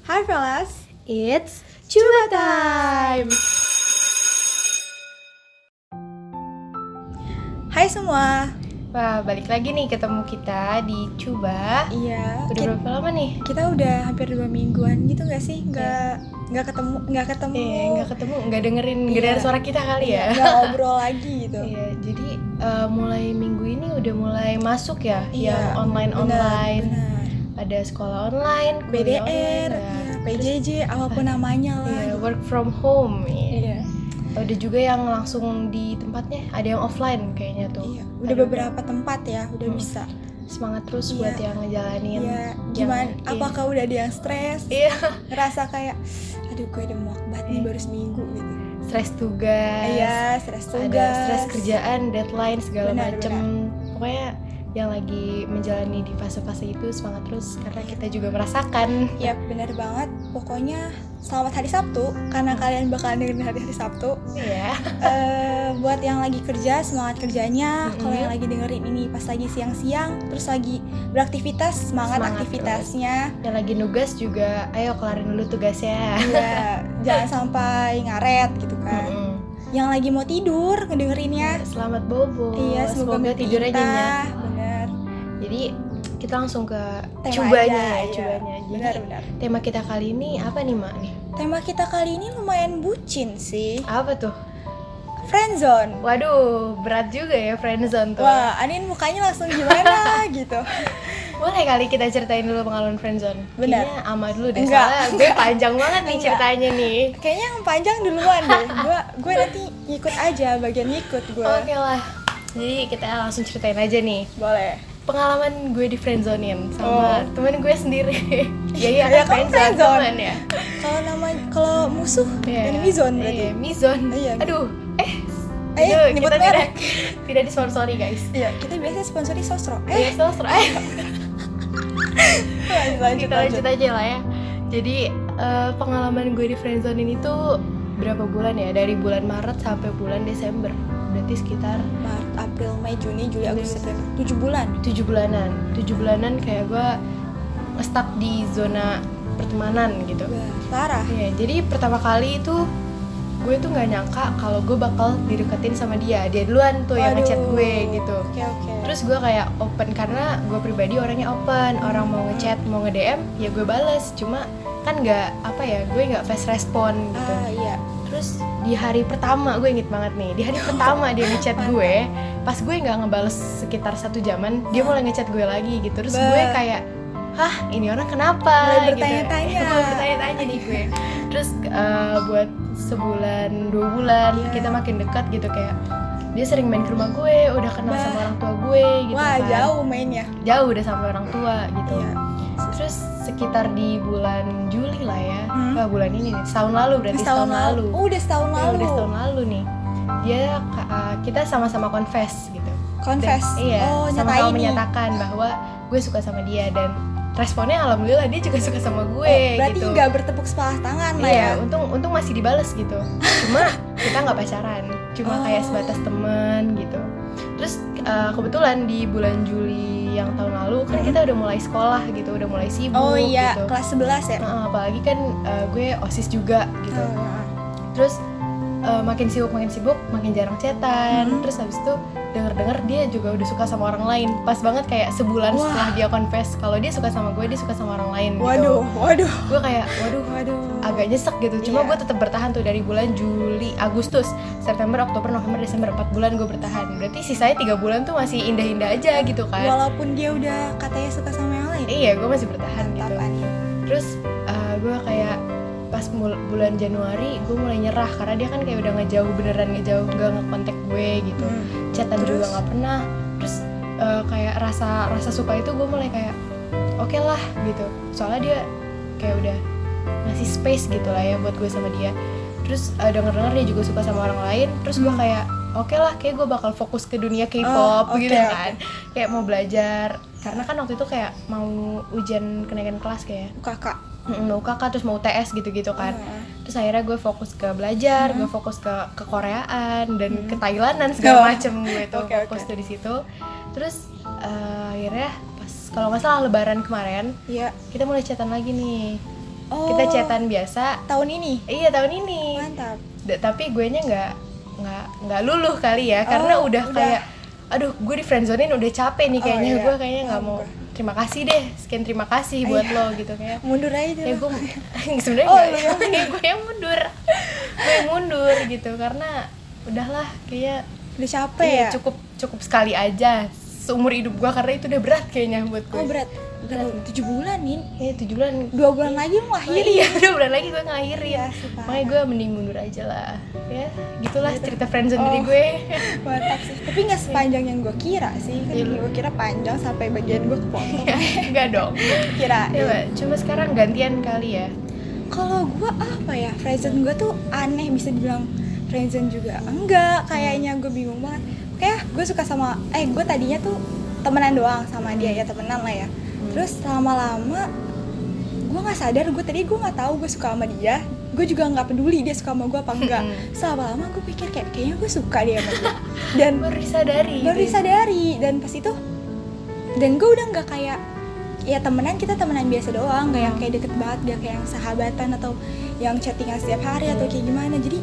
Hi fellas, It's Cuba Time. hai semua. Wah, balik lagi nih ketemu kita di Cuba. Iya, Udah berapa lama nih? kita udah hampir 2 mingguan gitu nggak sih? Nggak ketemu. Nggak ketemu, nggak dengerin Iya. dengar suara kita kali ya. Nggak ngobrol lagi gitu. Iya, jadi mulai minggu ini udah mulai masuk ya, Iya, yang online. Benar. Ada sekolah online, kuliah BDR, online, ya. iya, PJJ, apapun namanya lah. Iya, work from home. Iya. Ada juga yang langsung di tempatnya, ada yang offline kayaknya tuh. Iya. Udah beberapa tempat ya, udah bisa. Semangat terus Iya. buat yang ngejalanin. Iya. Gimana? Iya. Apakah udah ada yang stres? Iya. Ngerasa kayak, aduh gue udah muak banget nih baru seminggu gitu. Stres tugas. Iya, stres tugas. Ada stres kerjaan, deadline segala Benar, macem. Pokoknya yang lagi menjalani di fase-fase itu semangat terus karena kita juga merasakan. Yap, benar banget. Pokoknya selamat hari Sabtu karena kalian bakalan dengerin hari Sabtu. Iya. Buat yang lagi kerja, semangat kerjanya. Kalau yang lagi dengerin ini pas lagi siang-siang, terus lagi beraktivitas, semangat aktivitasnya. Yang lagi nugas juga, ayo kelarin dulu tugasnya. Iya, jangan sampai ngaret gitu kan. Yang lagi mau tidur ngedengerinnya. Selamat bobo. Iya, semoga mimpi tidurnya kita. nyenyak. Bener. Jadi kita langsung ke Tema cubanya aja, ya, iya. cubanya. Jadi Benar. tema kita kali ini apa nih, Mak nih? Tema kita kali ini lumayan bucin sih. Apa tuh? Friendzone. Waduh, berat juga ya friendzone tuh. Wah, Anin mukanya langsung gimana gitu. Boleh kali kita ceritain dulu pengalaman friendzone. Benar. Kayaknya Ama dulu deh, Enggak. soalnya gue panjang banget nih Enggak. ceritanya nih. Kayaknya yang panjang duluan deh. Gue nanti ikut aja, bagian ikut gue. Oke lah. Jadi kita langsung ceritain aja nih Boleh. pengalaman gue di friendzonein sama temen gue sendiri. Ya kan friendzone. teman ya. Kalau musuh enemy zone berarti. Iya, mizone. Iya. Aduh, Ayo, nyebut kita merek. tidak disponsori guys. Iya, kita biasanya sponsori Sosro. Iya, sosro. Lanjut. Kita lanjut aja lah ya. Jadi pengalaman gue di friendzone ini tuh berapa bulan ya? Dari bulan Maret sampai bulan Desember. Berarti sekitar Maret, April, Mei, Juni, Juli, Agustus, September. 7 bulan. 7 bulanan. 7 bulanan kayak gue nge-stuck di zona pertemanan gitu. Wah, parah. Iya, jadi pertama kali itu gue tuh nggak nyangka kalau gue bakal dideketin sama dia duluan tuh yang ngechat gue gitu. Oke. Terus gue kayak open karena gue pribadi orangnya open, orang mau ngechat mau nge-DM ya gue bales, cuma kan nggak gue nggak fast respon gitu. Iya. Terus di hari pertama gue inget banget nih, di hari pertama dia ngechat gue, pas gue nggak ngebales sekitar 1 jaman, dia mulai ngechat gue lagi gitu. Terus gue kayak, hah ini orang kenapa? Mulai bertanya-tanya. Gitu. Mulai bertanya-tanya nih gue. Terus buat sebulan 2 bulan kita makin dekat gitu, kayak dia sering main ke rumah gue, udah kenal sama orang tua gue gitu. Wah, kan. jauh mainnya. Jauh udah sama orang tua gitu. Iya. Terus sekitar di bulan Juli lah ya, bulan ini nih, tahun lalu berarti setahun lalu. Oh, udah setahun lalu. Udah setahun lalu nih. Dia kita sama-sama confess gitu. Confess. Iya, Oh, sama-sama nyatain nih. menyatakan bahwa gue suka sama dia, dan responnya alhamdulillah dia juga suka sama gue berarti gitu. nggak bertepuk sebelah tangan lah Iya, ya. untung masih dibales gitu. Cuma kita nggak pacaran, cuma kayak sebatas teman gitu. Terus kebetulan di bulan Juli yang tahun lalu kan kita udah mulai sekolah gitu, udah mulai sibuk Oh iya, gitu. kelas 11 ya. Apalagi kan gue OSIS juga gitu. Terus makin sibuk, makin jarang chatan. Terus habis itu denger dia juga udah suka sama orang lain. Pas banget kayak sebulan setelah dia confess kalau dia suka sama gue, dia suka sama orang lain gitu. Waduh. Gue kayak waduh, agak nyesek gitu. Cuma Iya. gue tetap bertahan tuh dari bulan Juli, Agustus, September, Oktober, November, Desember, 4 bulan gue bertahan. Berarti sisanya 3 bulan tuh masih indah-indah aja gitu kan. Walaupun dia udah katanya suka sama yang lain. Iya, gue masih bertahan gitu. Mantap, Ani. Terus gue kayak pas bulan Januari gue mulai nyerah karena dia kan kayak udah beneran ngejauh, nggak ngekontak gue gitu. Chatan juga nggak pernah. Terus kayak rasa suka itu gue mulai kayak oke lah gitu. Soalnya dia kayak udah ngasih space gitu lah ya buat gue sama dia. Terus denger dia juga suka sama orang lain. Terus gue kayak oke lah, kayak gue bakal fokus ke dunia K-pop gitu kan. Kayak mau belajar karena kan waktu itu kayak mau ujian kenaikan kelas kayak Kakak. mau kakak, terus mau UTS gitu-gitu kan. Terus akhirnya gue fokus ke belajar, gue fokus ke Koreaan dan ke Thailandan segala macem gue tuh fokus tuh di situ. Terus akhirnya pas kalau nggak salah Lebaran kemarin, kita mulai chatan lagi nih. Kita chatan biasa. Tahun ini? Iya, tahun ini. Mantap. Tapi gue nya nggak luluh kali ya, karena udah kayak aduh, gue di friendzonein udah capek nih kayaknya. Gue kayaknya nggak mau. Terima kasih deh, sekian terima kasih buat lo gitu kayak. Mundur aja deh. Ya gue sebenarnya gue yang mundur gitu, karena udahlah kayak udah capek ya. Cukup sekali aja seumur hidup gue, karena itu udah berat kayaknya buat gue. Berat 7 bulan nih. Iya 7 bulan. 2 bulan lagi mau ngelahirin. Iya 2 bulan lagi gue ngelahirin ya. Makanya gue mending mundur aja lah. Ya gitulah cerita friendzone dari gue. Mantap sih. Tapi gak sepanjang yang gue kira sih. Kan gue kira panjang sampai bagian gue kepotong. Enggak dong. Kira. Coba sekarang gantian kali ya. Kalau gue apa ya, friendzone gue tuh aneh, bisa dibilang friendzone juga enggak. Kayaknya gue bingung banget. Kayak gue suka sama gue tadinya tuh temenan doang sama dia, ya temenan lah ya. Terus lama-lama gue nggak sadar, gue nggak tahu gue suka sama dia, gue juga nggak peduli dia suka sama gue apa enggak. Lama-lama gue pikir kayaknya gue suka dia sama dia, dan baru disadari. Dan pas itu, dan gue udah nggak kayak ya kita temenan biasa doang, nggak yang kayak deket banget, gak kayak yang sahabatan atau yang chattingan setiap hari atau kayak gimana. Jadi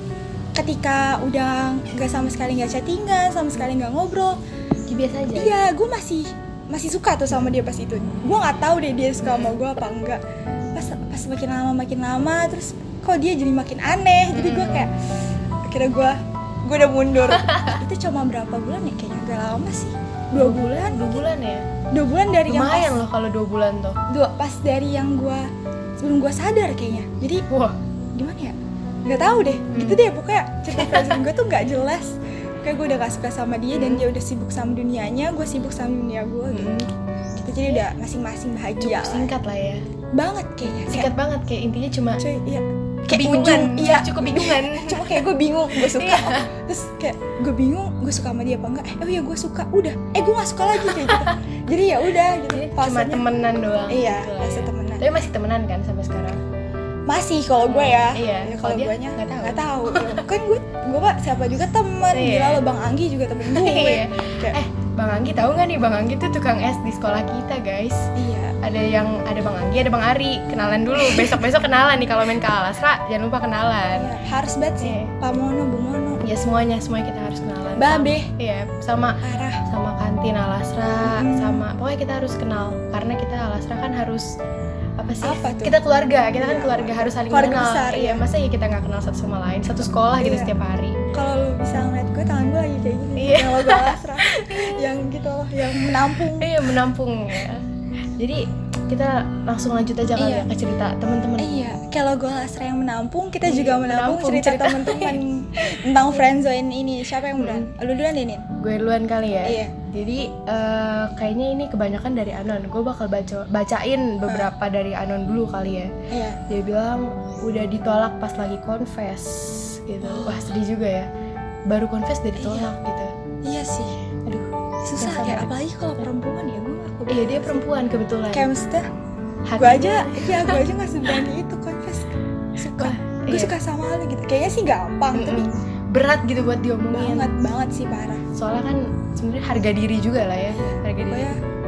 ketika udah nggak sama sekali nggak chattingan, sama sekali nggak ngobrol, biasa aja. Iya, gue masih suka tuh sama dia pas itu. Gue nggak tahu deh dia suka sama gue apa enggak. Pas makin lama terus kok dia jadi makin aneh. Jadi gue kayak akhirnya gue udah mundur. Itu cuma berapa bulan ya, kayaknya gak lama sih. 2 bulan. 2 bulan ya. 2 bulan dari lumayan yang lumayan loh kalau 2 bulan tuh. Pas dari yang gue sebelum gue sadar kayaknya. Jadi gimana ya? Nggak tahu deh. Gitu deh pokoknya cerita friendzone gue tuh nggak jelas. Kayak gue udah gak suka sama dia dan dia udah sibuk sama dunianya, gue sibuk sama dunia gue gitu. Kita jadi udah masing-masing bahagia. Cukup singkat lah ya. Banget kayaknya. Singkat banget kayak intinya cuma iya. Kebingungan. Iya, cukup bingungan. Cuma kayak gue bingung gue suka. Terus kayak gue bingung gue suka sama dia apa enggak. Oh iya gue suka. Udah. Gue gak suka lagi kayak gitu. Jadi ya udah gitu. Cuma temenan doang. Iya, gitu temenan. Tapi masih temenan kan sampai sekarang? Masih kalau gue ya. Iya. Kalau gue nya nggak tahu. Kan gue pak siapa juga temen. Gila lo Bang Anggi juga temen gue. Iya. Bang Anggi tahu nggak nih, Bang Anggi tuh tukang es di sekolah kita guys. Iya. Ada Bang Anggi, ada Bang Ari. Kenalan dulu. Besok kenalan nih kalau main ke Alasra. Jangan lupa kenalan. Iya, harus banget sih. Pak Mono, Bu Mono. Ya semuanya kita harus kenalan. Babe. Iya. Sama kantin Alasra. Sama pokoknya kita harus kenal. Karena kita Alasra kan harus apa tuh? Kita keluarga, kan keluarga harus saling kenal. Besar, iya, masa ya kita nggak kenal satu sama lain, satu sekolah gitu setiap hari. Kalau lu bisa ngeliat gue, tangan gue lagi kayak gini, yang logo Alasra, yang gitu loh, yang menampung. Iya, menampung ya. Jadi kita langsung lanjut aja kali ya ke cerita teman-teman. Iya, kayak logo Alasra yang menampung, kita juga menampung cerita teman-teman tentang friendzone ini. Siapa yang duluan? Lu duluan deh, Nin? Gue duluan kali ya. Iya. Jadi kayaknya ini kebanyakan dari Anon. Gue bakal bacain beberapa dari Anon dulu kali ya. Iya. Dia bilang udah ditolak pas lagi confess gitu. Wah sedih juga ya. Baru confess udah ditolak gitu. Iya sih. Aduh, susah ya. Apalagi kalau perempuan ya, gue gak kebayang. Iya dia perempuan kebetulan. Kayak maksudnya gue aja gak seberani itu confess suka. Gue suka sama lu gitu. Kayaknya sih gampang, tapi berat gitu buat diomongin. Banget sih parah. Soalnya kan sebenarnya harga diri juga lah ya. Harga diri.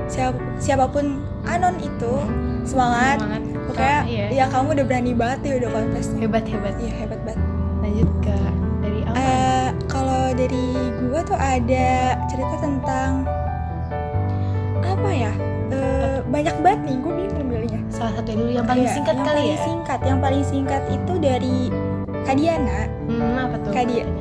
Siapapun Anon itu semangat. Pokoknya ya kamu udah berani banget ya, udah confess. Hebat. Iya, hebat banget. Lanjut ke dari apa? Kalau dari gue tuh ada cerita tentang apa ya? Banyak banget nih, gue bingung milihnya. Salah satu dulu yang paling singkat kali ya. Yang paling singkat itu dari Kak Diana. Apa tuh?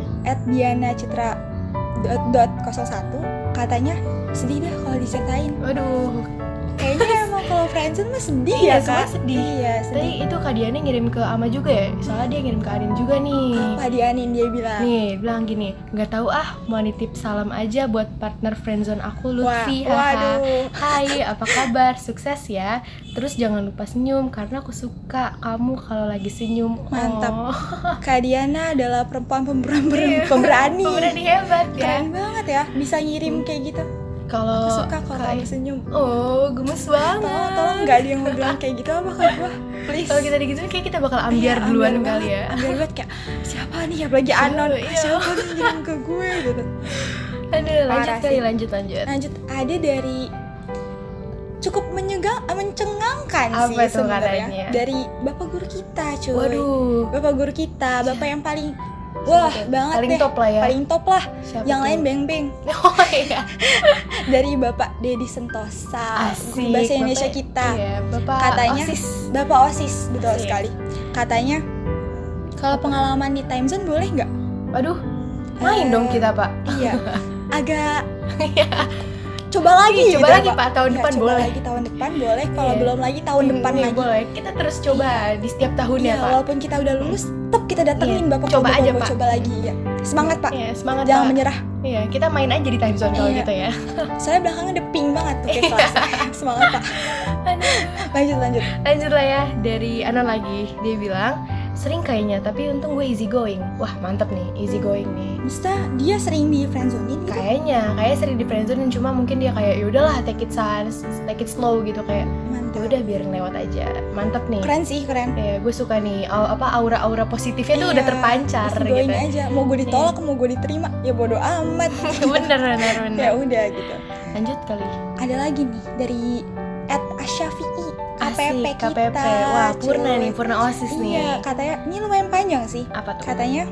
@diana_citra.01 katanya sedih dah kalau diceritain. Waduh. Kayaknya emang kalau friendzone mah sedih ya Kak. Sedih. Iya, sedih. Tapi itu Kak Diana ngirim ke Ama juga ya? Soalnya dia ngirim ke Anin juga nih. Apa di Anin dia bilang? Nih, bilang gini, nggak tahu mau nitip salam aja buat partner friendzone aku Lutfi. Waduh. Hai, apa kabar? Sukses ya. Terus jangan lupa senyum karena aku suka kamu kalau lagi senyum. Mantap. Kak Diana adalah perempuan pemberani. Pemberani hebat ya. Keren banget ya, bisa ngirim kayak gitu. Kalau aku suka kalau kamu senyum. Oh, gemes banget. Tolong nggak ada yang mau bilang kayak gitu apa ke gue, please. Kalau kita digituin kayak kita bakal ambiar duluan kali ya. Ambiar banget kayak siapa nih, apalagi Anon. Siapa nih ngirim ke gue gitu. Aduh, lanjut. Ada dari cukup mencengangkan sih Apa tuh sebenarnya katanya? dari bapak guru kita, cuy. Waduh. Bapak guru kita, bapak yang paling wah banget Paling deh. top lah ya. Paling top lah. Siapa yang tuh? lain beng-beng. Oh iya. Dari Bapak Dedi Sentosa. Asik. Bahasa Indonesia Bapak- kita. Iya, Bapak Katanya OSIS. Bapak OSIS, betul Asik. sekali. Katanya kalau pengalaman di time zone boleh nggak? Waduh. Main dong kita, Pak. Iya. Agak Iya. coba lagi Coba gitu, lagi, Pak. Tahun Iya, depan coba boleh. lagi tahun depan boleh, kalau Iya. belum lagi tahun depan Iya, lagi. boleh. Kita terus coba di setiap tahunnya, Iya, Pak. walaupun kita udah lulus, tetap kita datengin Iya, Bapak coba Bapak aja, buat Pak. coba lagi ya. Semangat, Pak. Iya, semangat, Jangan Pak. menyerah. Iya, kita main aja di time zone kalau Iya. gitu ya. Soalnya belakangnya udah pink banget tuh kayak kelas. Semangat, Pak. Aduh. Lanjut. Lanjut lah ya, dari Anon lagi. Dia bilang, sering kayaknya, tapi untung gue easy going. Wah, mantep nih, easy going nih. Mista dia sering di friendzone-in gitu. Kayaknya sering di friendzone, cuma mungkin dia kayak ya udahlah take it sans, take it slow gitu, kayak ya Mantap. udah biar lewat aja. Mantep nih. Keren sih, keren. Ya, gue suka nih aura-aura positifnya tuh Iya, udah terpancar easy gitu. going aja. Mau gue ditolak, mau gue diterima, ya bodo amat. bener. Ya udah gitu. Lanjut kali. Ada lagi nih dari @asyafi'i KPP Asik, kita. KPP. Wah, Purna cuy. nih, Purna OSIS nih. Iya, katanya ini lumayan panjang sih. Apa tuh? Katanya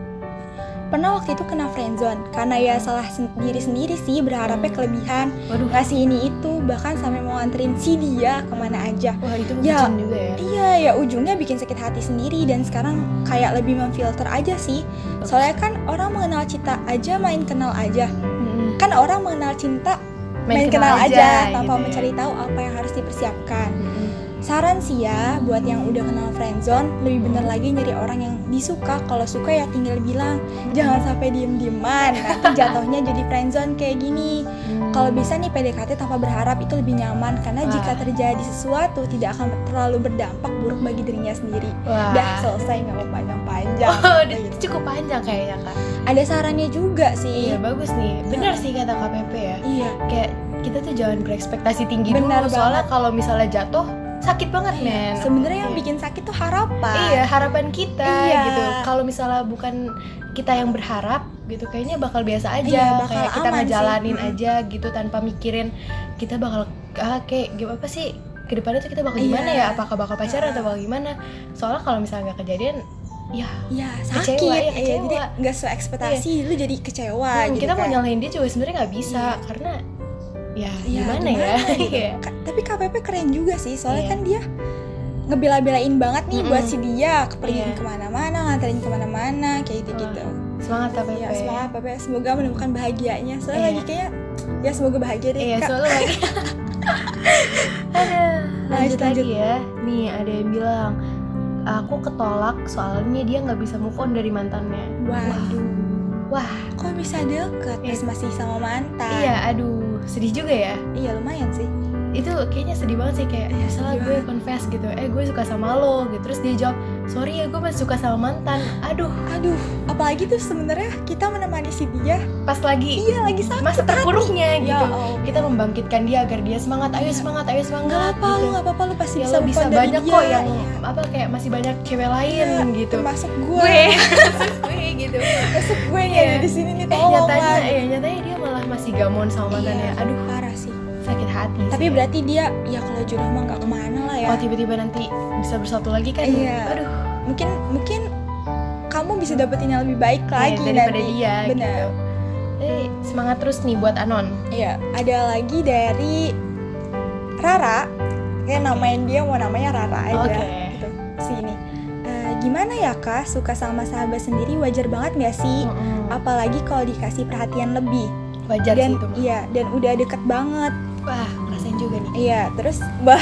pernah waktu itu kena friendzone karena ya salah diri sendiri sih, berharapnya kelebihan, Waduh. ngasih ini itu, bahkan sampai mau nganterin si dia kemana aja. Wah, itu Ya, bucin juga ya. Iya, ya ujungnya bikin sakit hati sendiri, dan sekarang kayak lebih memfilter aja sih. Soalnya kan orang mengenal cinta aja main kenal aja. Mm-mm. Kan orang mengenal cinta main kenal aja tanpa mencari tahu apa yang harus dipersiapkan. Mm-mm. Saran sih ya buat yang udah kenal friendzone, lebih bener lagi nyari orang yang disuka. Kalau suka ya tinggal bilang, jangan sampai diem-dieman, nanti jatuhnya jadi friendzone kayak gini. Kalau bisa nih PDKT tanpa berharap itu lebih nyaman, karena Wah. jika terjadi sesuatu tidak akan terlalu berdampak buruk bagi dirinya sendiri. Wah. Udah selesai, nggak mau panjang-panjang. Oh, udah Gitu. cukup panjang kayaknya, Kak. Ada sarannya juga sih. Iya, bagus nih. Benar sih kata KPP ya. Iya. Kayak kita tuh jangan berekspektasi tinggi Benar dulu, soalnya banget. kalau misalnya jatuh sakit banget, men. Sebenarnya yang Iya. bikin sakit tuh harapan. Iya, harapan kita Iya. gitu. Kalau misalnya bukan kita yang berharap gitu, kayaknya bakal biasa aja. Iya, bakal kayak kita aman ngejalanin sih. aja gitu tanpa mikirin kita bakal kayak gimana apa sih kedepannya tuh kita bakal Iya. gimana ya? Apakah bakal pacaran atau bakal gimana? Soalnya kalau misalnya nggak kejadian, ya Iya, sakit. Kecewa, ya, Iya, kecewa. jadi nggak sesuai ekspektasi, lu jadi kecewa gitu kita mau kan. nyalahin dia juga sebenarnya nggak bisa Iya. karena ya Iya, gimana ya? gitu. Iya. Tapi KPP keren juga sih, soalnya Iya. kan dia ngebela-belain banget nih buat Mm-mm. si dia, pergi Iya. kemana-mana, nganterin kemana-mana, kayak gitu-gitu. Semangat KPP. Ya semangat KPP, semoga menemukan bahagianya. Soalnya Iya. lagi kayak, ya semoga bahagia deh Iya, Kak. soalnya lagi. Aduh, lanjut Lanjut. lagi ya. Nih ada yang bilang, aku ketolak soalnya dia nggak bisa move on dari mantannya. Waduh, Wah, kok bisa deket pas masih sama mantan? iya, aduh, sedih juga ya. Iya lumayan sih. Itu kayaknya sedih banget sih, kayak Iya, misalnya sedih gue banget. confess gitu, gue suka sama lo gitu, terus dia jawab, sorry ya gue masih suka sama mantan. Aduh, Aduh, apalagi tuh sebenarnya kita menemani si dia. pas lagi Iya lagi sakit masa terpuruknya hati. gitu, Ya Allah. kita membangkitkan dia agar dia semangat, ayo Iya. semangat, ayo Nggak semangat. apa-apa, lu gitu. nggak apa-apa, lu pasti Ya bisa lo move bisa on dari banyak dia. kok yang Iya. apa kayak masih banyak cewek lain Iya, gitu. termasuk gue gitu. Masuk gue Iya. nih di sini nih, tolong nyatanya dia malah masih gamon sama mantannya. Iya, Aduh, parah sih. sakit hati. Tapi sih. berarti dia, ya kalau jodoh mah nggak kemana lah ya. kalau tiba-tiba nanti bisa bersatu lagi kan. Iya. Aduh, Mungkin kamu bisa dapetin yang lebih baik lagi daripada nanti. dia Benar. gitu. Semangat terus nih buat Anon. Iya, ada lagi dari Rara. Kayak namain dia mau namanya Rara aja. Oke. Gitu. Sini. Gimana ya Kak, suka sama sahabat sendiri wajar banget gak sih? Apalagi kalau dikasih perhatian lebih. Wajar sih Dan itu mah. iya, dan udah deket banget. Wah, ngerasain juga nih. Iya, terus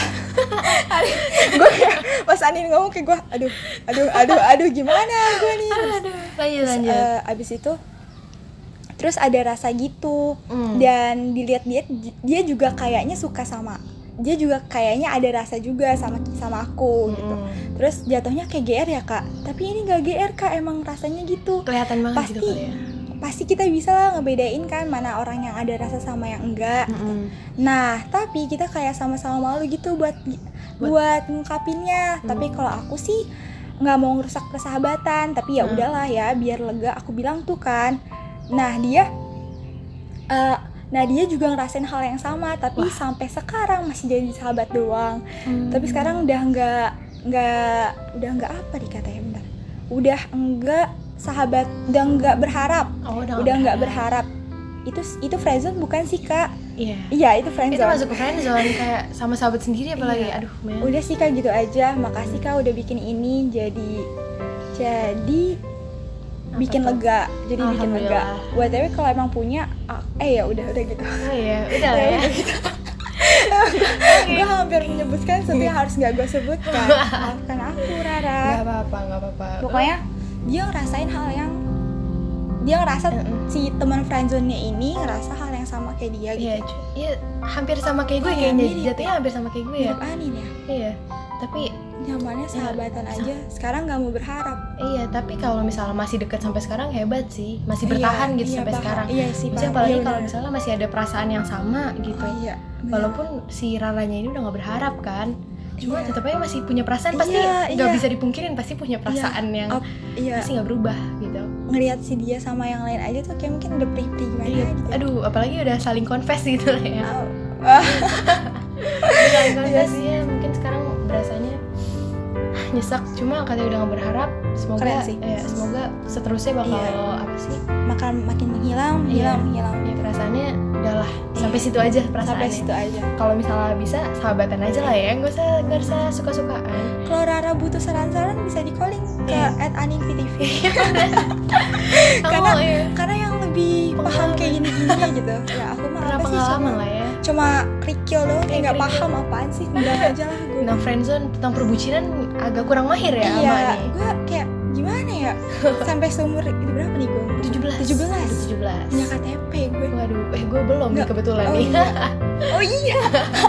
gue pas Anin ngomong ke gue, aduh gimana gue nih. Aduh, Terus, lanjut. abis itu terus ada rasa gitu. Hmm. Dan dilihat-lihat dia juga kayaknya suka sama, dia juga kayaknya ada rasa juga sama aku gitu. Terus jatuhnya kayak GR ya Kak, tapi ini gak GR Kak, emang rasanya gitu. Kelihatan banget Pasti gitu kali ya. Pasti kita bisa lah ngebedain kan mana orang yang ada rasa sama yang enggak. Nah, tapi kita kayak sama-sama malu gitu buat ngungkapinnya. Tapi kalau aku sih nggak mau ngerusak persahabatan, tapi ya udahlah ya, biar lega. Aku bilang tuh kan. Nah, dia Nah dia juga ngerasain hal yang sama, tapi sampai sekarang masih jadi sahabat doang. Tapi sekarang udah nggak apa dikatanya, bentar, udah enggak sahabat, udah nggak berharap, udah nggak berharap. Itu friendzone bukan sih kak? Iya itu friendzone. Itu masuk ke friendzone kayak sama sahabat sendiri apalagi. Aduh men. Udah sih kak gitu aja. Makasih kak udah bikin ini jadi bikin lega. Jadi bikin lega. Whatever kalau emang punya ya udah gitu. Oh iya, udah lah ya. Gue hampir menyebutkan sesuatu yang harus nggak gue sebutkan. Maafkan aku Rara. Nggak apa-apa. Pokoknya dia ngerasain hal yang dia ngerasa si teman friendzone-nya ini ngerasa hal yang sama kayak dia gitu. Iya, hampir sama kayak gue kayaknya. Jatuhnya hampir sama kayak gue ya. Mirip Anin ya. Iya. Tapi nyamannya sahabatan aja. Sekarang nggak mau berharap. Iya, tapi kalau misalnya masih deket sampai sekarang hebat sih. Masih bertahan gitu sampai sekarang. Iya sih. Maksudnya apalagi kalau misalnya masih ada perasaan yang sama gitu. Iya. Walaupun si Raranya ini udah nggak berharap kan. Cuma tetap aja masih punya perasaan, pasti nggak bisa dipungkirin, pasti punya perasaan yang pasti nggak berubah gitu. Ngelihat si dia sama yang lain aja tuh kayak mungkin udah perih-perih gimana gitu. Aduh, apalagi udah saling confess gitu lah ya. Saling confess ya, mungkin sekarang berasanya nyesek, cuma katanya udah nggak berharap. Semoga semoga seterusnya bakal apa sih? Makin menghilang. Ya, perasaannya udahlah sampai situ aja perasaannya. Sampai situ aja. Kalau misalnya bisa sahabatan aja lah ya, nggak usah suka-sukaan. Kalau Rara butuh saran-saran bisa di calling ke @aninptv. Karena yang lebih paham kayak gini-gini gitu. Ya aku mah pernah apa sih pengalaman lah ya. Cuma kerikil doang kayak nggak paham apaan sih. Udah aja lah gue. Tentang friendzone, tentang perbucinan agak kurang mahir ya. Iya, gue kayak gimana ya? Sampai seumur itu berapa nih gue? 17. Punya KTP gue. Waduh, gue belum nih kebetulan nih. Oh iya.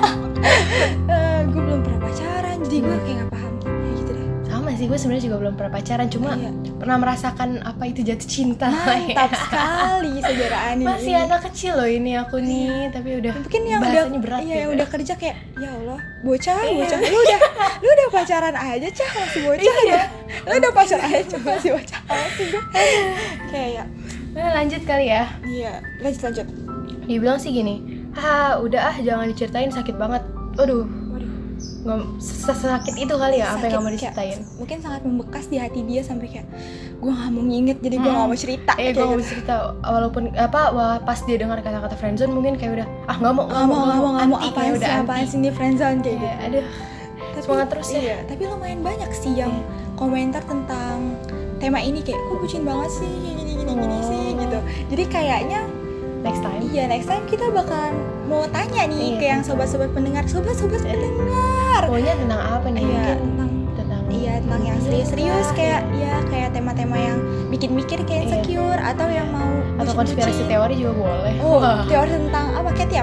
Gue belum pernah pacaran, jadi gue kayak nggak paham gitu deh. Sama sih, gue sebenarnya juga belum pernah pacaran, cuma pernah merasakan apa itu jatuh cinta. Mantap sekali saudara Ani. Masih anak kecil loh ini aku nih, tapi udah mungkin yang bahasanya udah berat. Iya, yang udah kerja kayak ya Allah, bocah. Lu udah pacaran aja, Cah, masih bocah ya. Lu udah pacaran aja, masih bocah. Masih gue. Kayak lanjut kali ya. Iya, lanjut. Dia bilang sih gini, udah jangan diceritain, sakit banget. Waduh, nggak sesakit itu kali ya, apa yang nggak mau diceritain. Mungkin sangat membekas di hati dia sampai kayak gue nggak mau nginget, jadi gue nggak mau cerita. Gue nggak mau cerita, walaupun pas dia dengar kata-kata friendzone mungkin kayak udah nggak mau apaan sih ini friendzone kayak gitu. Aduh, semangat terus ya. Tapi lumayan banyak sih yang komentar tentang tema ini kayak kok bucin banget sih, gini sih gitu. Jadi kayaknya next time kita bakalan mau tanya nih ke yang sobat-sobat pendengar. Pokoknya tentang apa nih? Tentang yang serius-serius kayak tema-tema yang bikin mikir kayak insecure atau yang mau atau konspirasi teori juga boleh. Teori tentang apa? Ketiap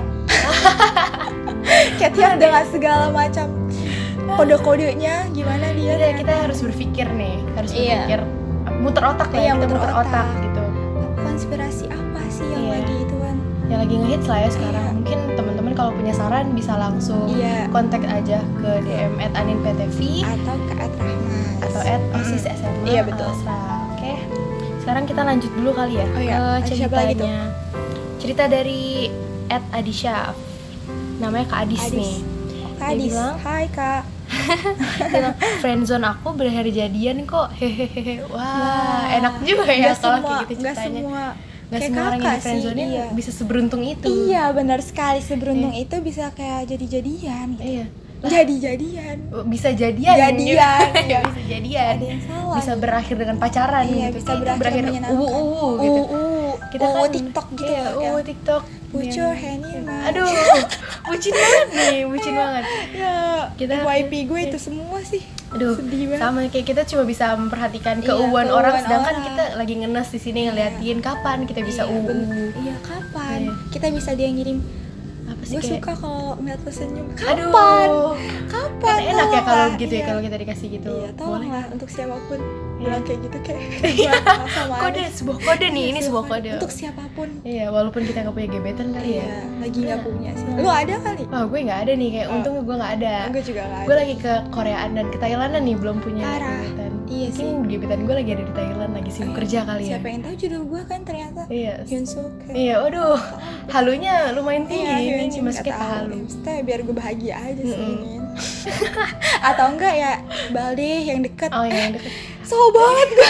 dengan segala macam kode-kodenya gimana dia. Kita harus berpikir nih, muter otak lah, muter otak gitu. Konspirasi apa sih yang lagi itu kan? Yang lagi ngehits lah ya sekarang. Mungkin teman-teman kalau punya saran bisa langsung kontak aja ke DM @aninptv atau ke @rahmas atau @osis_sma. Iya betul. Oke. Sekarang kita lanjut dulu kali ya ke ceritanya. Cerita dari @adisyaf. Namanya Kak Adis nih. Kak Adis. Bilang, hai Kak. Friendzone aku berakhir jadian kok. Hehehe. Wah, enak juga ya kalau kayak gitu ceritanya. Gak semua orang yang friendzone bisa seberuntung itu. Iya, benar sekali, seberuntung itu bisa kayak jadi-jadian gitu. Iya. Jadi-jadian. Bisa jadian. Iya. Bisa jadian. Ada yang salah. Bisa berakhir dengan pacaran gitu. Bisa berakhir menyenangkan. Gitu. Kita kan TikTok gitu ya. TikTok. Put your hand in mine. Aduh, bucin banget. Ya, kita YP gue itu semua sih. Aduh, sama kayak kita cuma bisa memperhatikan keuuan orang, sedangkan kita lagi ngenes di sini ngeliatin kapan kita bisa Iya, kapan? Kita bisa dia ngirim apa sih Gue kayak suka kalau ngeliat lo senyum. aduh, Kapan? Kan enak ya kalau Tolonglah. gitu ya, Iya. kalau kita dikasih gitu. Iya, tolong lah untuk siapapun Iya. bilang kayak gitu kayak gua sama Kode, Anis. sebuah kode nih, Iya, ini sebuah kode. Untuk siapapun. Iya, walaupun kita nggak punya gebetan kali ya. Iya, lagi nggak Iya. punya sih. Hmm. Lu ada kali? Wah, gue nggak ada nih, kayak untung gue nggak ada. Gue juga nggak ada. Gue lagi ke Koreaan dan ke Thailandan nih, belum punya Parah. gebetan. Iya sih. Mungkin gebetan gue lagi ada di Thailand, lagi sibuk kerja kali ya. Siapa yang tahu judul gue kan ternyata Iya. Hyunsuk. Iya, waduh, halunya lumayan tinggi Iya, ini, Hyunsuk masuknya nggak ke tahu. halu. Maksudnya biar gue bahagia aja sih Mm-mm. ini. Atau enggak ya Balde yang deket. Oh yang deket. So banget gue.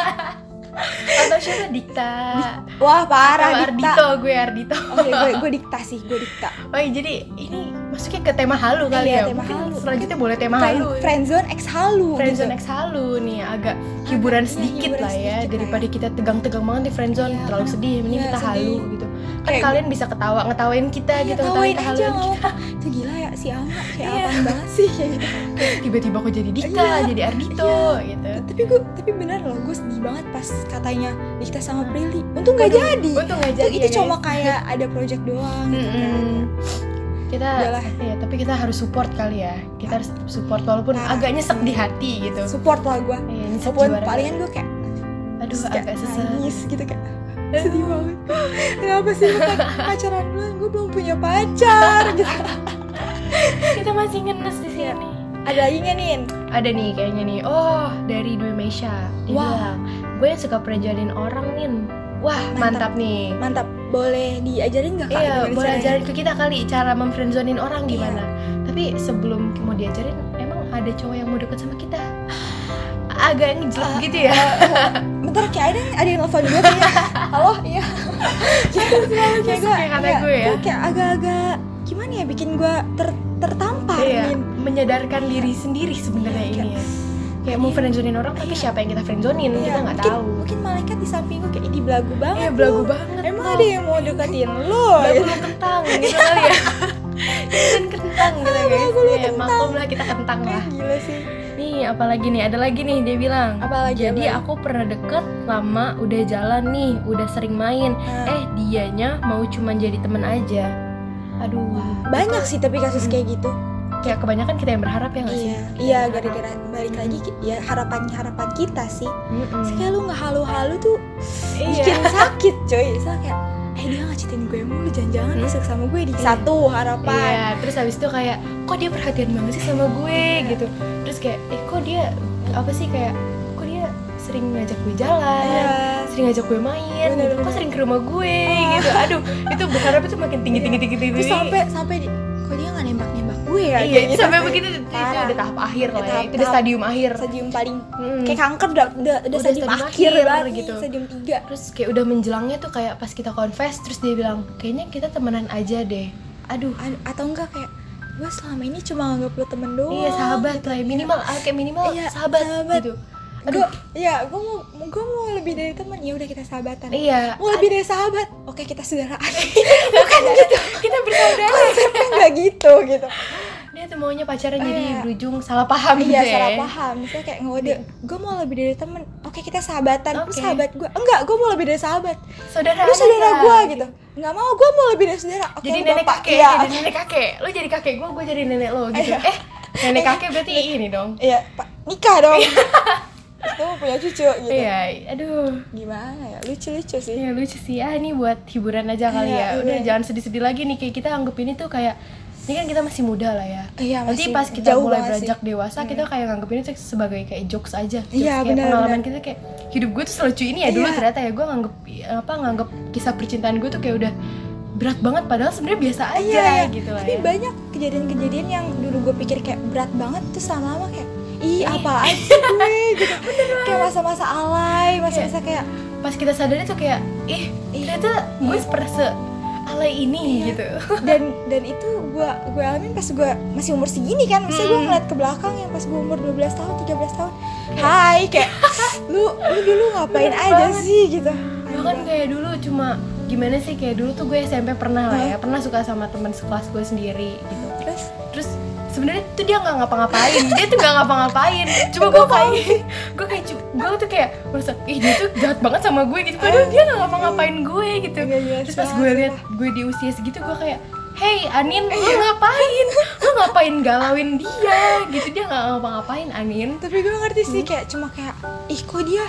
Atau siapa Dikta? Wah parah Atau Dikta. Ardito, gue Ardito. Oke, gue Dikta sih, gue Dikta. Oh iya, jadi ini masuknya ke tema halu kali Iya, ya. tema Mungkin halu. selanjutnya boleh tema halu. Friendzone X halu. Friendzone gitu. X halu nih, agak hiburan Iya, sedikit hiburan lah ya, sedikit daripada lah ya. kita tegang-tegang banget di friendzone, Iya, terlalu sedih, mending iya, kita sedih. halu gitu. Kan Kayak kalian bisa ngetawain kita Iya, gitu, tawain ngetawain aja kehaluan nggak kita. apa-apa. Itu gila ya si Ama kayak Iya. apaan banget sih kayak gitu. Tiba-tiba kok jadi Dikta, Iya, jadi Ardito gitu. Tapi bener loh, gue sedih banget pas katanya Dikta sama Prilly. Untung nggak Waduh, jadi. untung nggak jadi Itu ya, cuma guys. kayak ada project doang gitu kan. Mm-mm. Kita Udahlah. ya, tapi kita harus support kali ya. Kita harus support walaupun Parah. agak nyesek di hati gitu. Support lah gue. Iya, nyesek Walaupun jiwa palingan raga. gue kayak Aduh, kayak agak sesat. nangis gitu kayak sedih banget. Kenapa sih lu kan pacaran duluan? Gue belum punya pacar gitu. Kita masih ngenes di sini. Ada lagi nggak Nin? Ada nih kayaknya nih. Oh, dari Dwi Meisha. Dia Wah. bilang, gue yang suka pernah jalin orang nih. Wah, mantap nih. Mantap. Boleh diajarin nggak kak? Iya, gimana boleh caranya? ajarin ke kita kali cara memfriendzonin orang Iya. gimana. Tapi sebelum mau diajarin, emang ada cowok yang mau deket sama kita? Agak ngejelek gitu ya. Bentar kayak ada yang nelfon gue kayaknya. Halo, iya. Kayak Masuk ya kata gue ya. kayak agak-agak gimana ya bikin gue tertampar Iya, Nin. menyadarkan diri sendiri sebenarnya Iya, ini ya. Kayak mau friendzonin orang tapi Iya. siapa yang kita friendzonin, Iya, kita nggak mungkin- tahu. Mungkin malaikat di samping gue kayak ini belagu banget. Iya, belagu lu. banget. Emang lu. ada yang mau deketin lo? Belagu lu kentang gitu kali ya. Dan kentang gitu guys. Belagu lu Ya, kentang. maklum lah kita kentang lah. Gila sih. Nih, apalagi nih? Ada lagi nih dia bilang. Apalagi? Jadi aku pernah deket lama, udah jalan nih, udah sering main. Dianya mau cuman jadi temen aja. Aduh, Banyak sih tapi kasus kayak gitu. kayak kebanyakan kita yang berharap ya nggak sih? Iya, gara-gara balik lagi ya harapan kita sih. Mm-mm. Kayak lu nggak halu-halu tuh Iya. bikin sakit coy. Soalnya kayak dia ngacetin gue mulu, jangan-jangan dia suka sama gue di satu harapan. Iya, terus habis itu kayak kok dia perhatian banget sih sama gue gitu. Terus kayak kok dia apa sih kayak kok dia sering ngajak gue jalan, Iya. sering ngajak gue main, Bener, gitu. Kok bener. sering ke rumah gue gitu. Aduh, itu berharap itu makin tinggi. Terus sampai kok dia nggak nembak gue ya? Iya, Kayak gitu sampai sih. begitu itu Parah. udah tahap akhir lah ya. Tahap- Itu udah stadium akhir. Stadium paling Mm. kayak kanker udah stadium akhir banget gitu. Stadium 3. Terus kayak udah menjelangnya tuh kayak pas kita confess terus dia bilang, "Kayaknya kita temenan aja deh." Aduh, Atau enggak kayak gue selama ini cuma nganggap lo temen doang. iya sahabat lah ya. Minimal Iya, sahabat gitu. Aduh, Gue mau lebih dari teman. Ya udah kita sahabatan. iya. Mau lebih dari sahabat. Oke, kita saudaraan. Bukan gitu. Kita bersaudara. Konsepnya enggak gitu. Dia tuh maunya pacaran jadi Iya. berujung salah paham gitu Iya, ya. salah paham. Misalnya kayak ngode, gue mau lebih dari temen. Oke, kita sahabatan. Lu Oke. sahabat gue. Enggak, gue mau lebih dari sahabat. Saudara. Lu saudara aja. gue gitu. Enggak mau, gue mau lebih dari saudara. Oke, Jadi lu nenek bapak. kakek, Iya. jadi nenek kakek. Lu jadi kakek gue jadi nenek lo gitu. Iya. Nenek kakek berarti ini dong. Iya, Pak. Nikah dong. Kita mau punya cucu gitu. Iya, aduh. Gimana ya? Lucu-lucu sih. Iya lucu sih. Ini buat hiburan aja kali Iya, ya. Udah iya. jangan sedih-sedih lagi nih. Kayak kita anggap ini tuh kayak ini kan kita masih muda lah ya. Iya, Nanti masih pas kita jauh mulai banget beranjak sih. dewasa, kita kayak nganggep ini tuh sebagai kayak jokes aja. Jokes, Iya, kayak benar, pengalaman benar. kita kayak hidup gue tuh selucu ini ya dulu Iya. ternyata ya. Gue nganggep kisah percintaan gue tuh kayak udah berat banget padahal sebenarnya biasa aja Iya, gitu lah Tapi ya. banyak kejadian-kejadian yang dulu gue pikir kayak berat banget, terus lama-lama kayak apaan sih gue gitu. Kayak masa-masa alay, masa-masa kayak Pas kita sadar itu kayak ternyata gue pernah alay ini Iya. gitu. dan itu gue alamin pas gue masih umur segini kan. Maksudnya gue ngeliat ke belakang yang pas gue umur 12 tahun, 13 tahun. Hai, kayak lu dulu ngapain Bener aja banget. sih gitu. Bahkan kayak dulu cuma gimana sih kayak dulu tuh gue SMP pernah lah ya, pernah suka sama teman sekelas gue sendiri gitu. Terus sebenarnya tuh dia nggak ngapa-ngapain, dia tuh nggak ngapa-ngapain. Cuma gue tuh kayak merasa dia tuh jahat banget sama gue gitu. Padahal dia nggak ngapa-ngapain gue gitu. Nggak jelas Terus pas banget, gue lihat sumpah. gue di usia segitu gue kayak hey Anin, lu ngapain galauin dia gitu, dia nggak ngapa-ngapain Anin. Tapi gue ngerti sih kayak cuma kayak ih kok dia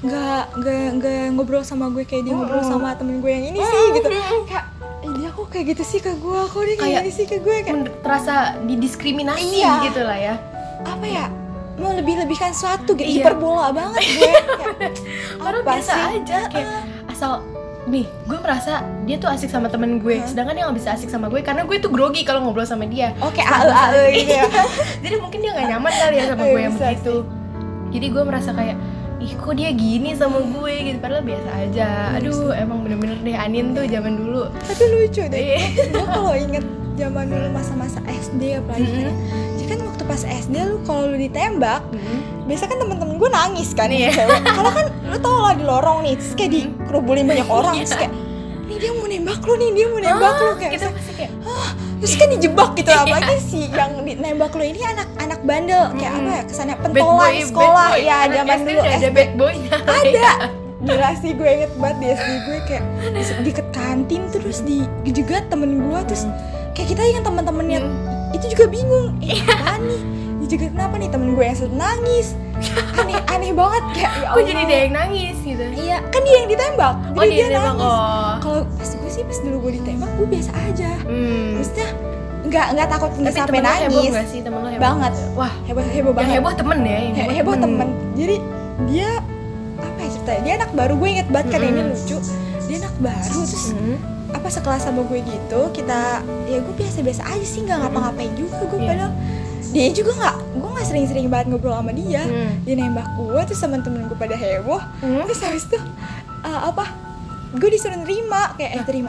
nggak ngobrol sama gue kayak dia ngobrol sama temen gue yang ini sih gitu. Kayak dia kok kayak gitu sih ke gue, kok dia kayak gini sih ke gue, kayak terasa didiskriminasi gitu lah ya. Apa ya, mau lebih-lebihkan sesuatu gitu, hiperbola banget gue. Padahal biasa aja, kayak asal nih, gue merasa dia tuh asik sama temen gue, sedangkan dia gak bisa asik sama gue karena gue tuh grogi kalau ngobrol sama dia. Oke, ale gitu ya. Jadi mungkin dia gak nyaman kali ya sama gue yang begitu. Jadi gue merasa kayak, ih kok dia gini sama gue gitu, padahal biasa aja. Aduh, emang bener-bener deh Anin tuh zaman dulu. Tapi lucu deh, gue kalau inget zaman dulu masa-masa SD apalagi kan. Jadi kan waktu pas SD lu kalau lu ditembak, biasa kan temen-temen gue nangis kan, cewek. Karena kan lu tau lah di lorong nih, terus kayak dikerubulin banyak orang, terus kayak nih dia mau nembak lu nih, dia mau nembak lu kayak kita pasti kayak terus kan dijebak gitu. Apalagi sih yang nembak lu ini anak bandel, kayak apa ya, kesannya pentolan sekolah ya zaman dulu ada bad boy-nya. Ada. Gila sih, gue inget banget di SD gue kayak deket kantin terus dijegat temen gue, terus kayak kita ingat teman-temannya itu juga bingung, apaan nih dijegat kenapa nih, temen gue yang satu nangis. Aneh banget kayak ya Allah. Kok jadi dia yang nangis gitu? Iya, kan dia yang ditembak. Jadi dia ditembak. nangis. Kalau pas gue sih pas dulu gue ditembak gue biasa aja. Maksudnya nggak takut nggak sampai nangis. Heboh nggak sih, temen lo heboh banget? Wah, heboh yang banget. heboh temen ya, yang heboh temen. Jadi dia apa ya ceritanya? Dia anak baru, gue inget banget karena ini lucu. Dia anak baru terus apa sekelas sama gue gitu, kita ya gue biasa-biasa aja sih, nggak ngapa-ngapain juga gue. Padahal dia juga gue nggak sering-sering banget ngobrol sama dia. Dia nembak gue, terus temen-temen gue pada heboh. Terus habis itu gue disuruh nerima, kayak terima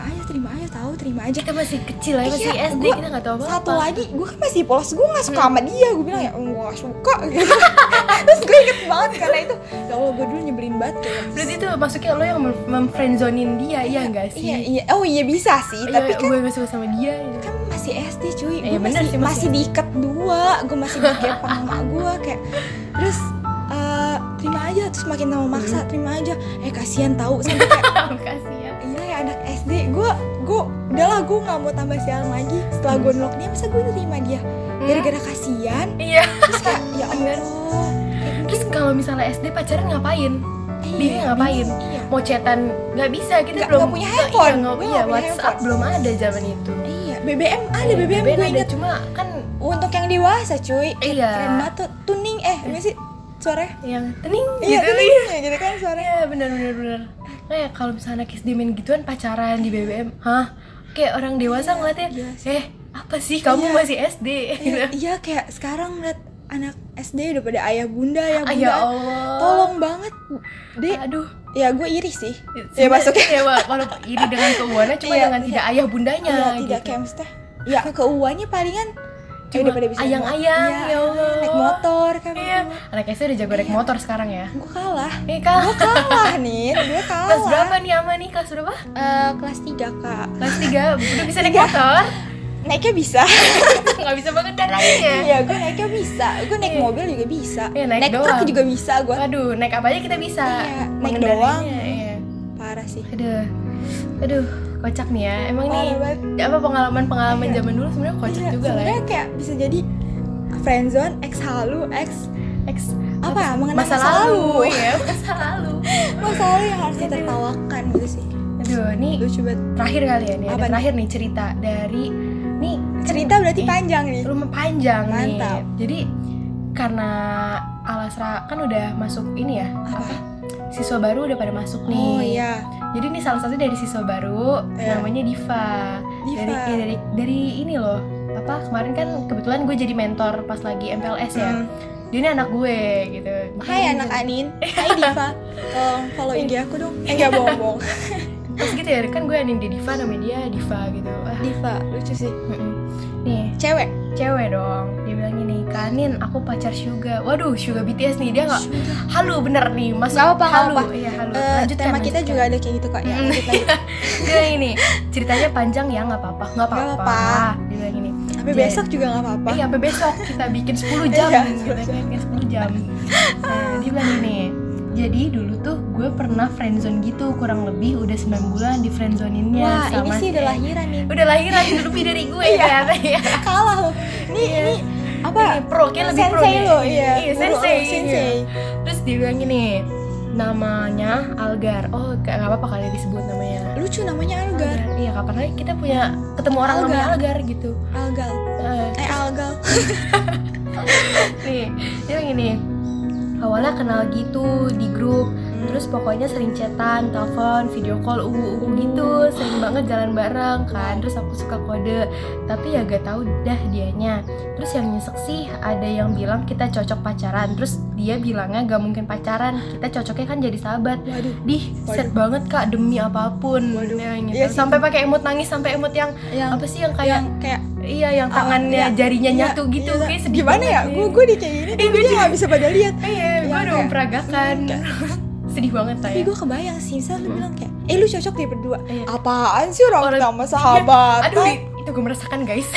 aja. Kita masih kecil ya, masih SD, kita nggak tahu apa-apa. Satu lagi, gue kan masih polos, gue nggak suka sama dia. Gue bilang ya, gue nggak suka gitu. Terus gue inget banget karena itu, ya Allah gue dulu nyebelin banget kayak. Berarti itu maksudnya lo yang memfriendzonin dia, iya nggak sih? Iya, oh iya bisa sih, tapi kan gue nggak suka sama dia. Kan masih SD cuy, Iya, gue masih diikat dua, gue masih digepang sama gue kayak. Terus terima aja, terus makin lama maksa terima aja, kasihan tahu sampai kayak kasihan. Iya ya anak SD, gue udahlah gue nggak mau tambah sialan lagi. Setelah gue nolak dia, masa gue terima dia gara-gara kasihan. Iya. Terus kayak ya Allah. Terus kalau misalnya SD pacaran ngapain? Dia ngapain? Iya. Mau chatan nggak bisa, kita Nggak belum punya handphone. Iya, WhatsApp belum ada zaman itu. Iya, BBM ada, BBM gue ada, inget. cuma kan Untuk yang dewasa cuy. Iya. Keren banget tuh, tuning gimana sih suaranya? yang tening Iya, gitu tuning ya, gitu kan suaranya. Iya, benar. Kayak kalau misalnya anak SD main gituan pacaran di BBM, kayak orang dewasa ngeliatnya, apa sih kamu masih SD? Iya, kayak sekarang liat anak SD udah pada ayah bunda ya bunda. Ya Allah. Tolong banget, Dek. Aduh. Ya gue iri sih. Ya masuknya ya walaupun iri dengan keuangannya, cuma dengan tidak ayah bundanya. Iya, gitu. tidak kayak maksudnya. Ya keuangannya palingan cuma udah pada bisa ayang-ayang, ya Allah. Naik motor kan. Iya. Anak SD udah jago naik motor sekarang ya. Gue kalah. Gue kalah nih, gue kalah. Kelas berapa nih Ama nih? Kelas berapa? Kelas 3 kak. Kelas 3, udah bisa naik motor? Naiknya bisa. Nggak bisa mengendarainnya. Iya, gue naiknya bisa. Gue naik mobil juga bisa. Naik truk juga bisa gue. Aduh, naik apa aja kita bisa. Iya, naik doang. Iya. Parah sih. Aduh, kocak nih ya. Emang nih apa pengalaman zaman dulu sebenarnya kocak juga lah. Sebenarnya kayak bisa jadi friendzone, ex halu, ex apa ya, mengenai masa lalu. Iya, masa lalu. Masa lalu yang harus ditertawakan gitu sih. Aduh, nih lucu banget. Terakhir kali ya nih. Apa Terakhir nih cerita dari nih cerita berarti panjang nih. Rumah panjang. Mantap. Nih. Jadi karena Alasra kan udah masuk ini ya. Apa? Siswa baru udah pada masuk nih. Oh iya. Jadi nih salah satu dari siswa baru namanya Diva. Dari ini loh. Apa kemarin kan kebetulan gue jadi mentor pas lagi MPLS ya. Dia ini anak gue gitu. Hai anak Anin. Hai Diva. Tolong follow IG aku dong. Enggak bohong. Terus gitu ya, kan gue Anin di Diva, namanya dia Diva gitu. Diva, lucu sih. Nih, cewek dong. Dia bilang gini, Kak Anin, aku pacar Suga. Waduh, Suga BTS nih, dia nggak halu bener nih, mas. Gak apa-apa. Iya, halu. Tema kita juga ada kayak gitu kak ya. Lanjut. Dia ini ceritanya panjang ya, nggak apa-apa. Dia bilang gini. Sampai besok juga nggak apa-apa. Iya, sampai besok kita bikin 10 jam. Kita bikin 10 jam. Nah, dia bilang gini. Jadi dulu tuh gue pernah friendzone gitu, kurang lebih udah 9 bulan di friendzoninnya. Wah, sama ini sih udah lahiran nih. Udah lahiran lebih dari gue ternyata ya. Kalah loh. Ini apa? Ini pro, kayak lebih pro Sensei nih. lo, iya. Sensei. Sensei. Terus dia bilang gini, namanya Algar. Oh, gak apa-apa kali disebut namanya. Lucu namanya Algar. Iya, kapan lagi kita punya ketemu orang namanya Algar gitu. Algal. Algal. Nih, dia bilang gini, awalnya kenal gitu di grup, terus pokoknya sering chatan, telepon, video call, gitu, sering banget jalan bareng kan. Terus aku suka kode, tapi ya gak tahu dah dianya. Terus yang nyesek sih ada yang bilang kita cocok pacaran, terus dia bilangnya gak mungkin pacaran, kita cocoknya kan jadi sahabat. Waduh. Set banget kak demi apapun. Waduh. Ya, gitu. Iya sampai pakai emot nangis, sampai emot yang apa sih yang kayak iya yang tangannya jarinya nyatu gitu, kayak sedih gimana ya? Gue di kayak gini, gue juga gak bisa pada lihat. Iya, gue udah memperagakan. Sedih banget Tapi ya. gue kebayang sih, misal lu bilang kayak, lu cocok deh berdua. Apaan sih orang sama sahabat? Aduh, itu gue merasakan guys.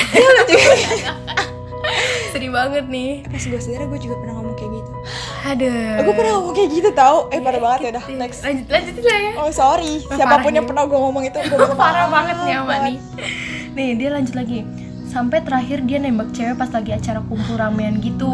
Sedih banget nih. Pas gue sadar gue juga pernah ngomong kayak gitu. Aduh. Gue pernah ngomong kayak gitu tau. Parah banget ya udah. Next. Lanjutin lah ya. Oh sorry, siapapun yang pernah gue ngomong itu gue parah banget nih sama nih. Nih dia lanjut lagi. Sampai terakhir dia nembak cewek pas lagi acara kumpul ramean gitu.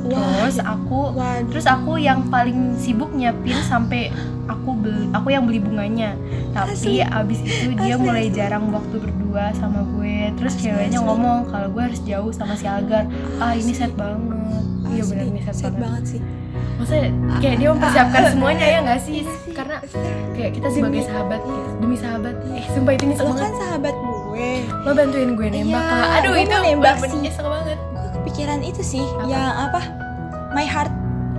Terus aku yang paling sibuk nyiapin sampai aku yang beli bunganya. Tapi abis itu dia mulai jarang waktu berdua sama gue. Terus ceweknya ngomong kalau gue harus jauh sama si Algar. Ini sad banget. Iya benar nih sad banget sih. Maksudnya kayak dia mempersiapkan semuanya ya nggak sih? Karena kayak kita sebagai sahabat demi sahabat. Sumpah itu nyesek banget. Lo kan sahabat gue. Lo bantuin gue nembak Kak. Aduh itu nembak sih. Nyesek banget. Gue kepikiran itu sih. Yang apa? My Heart.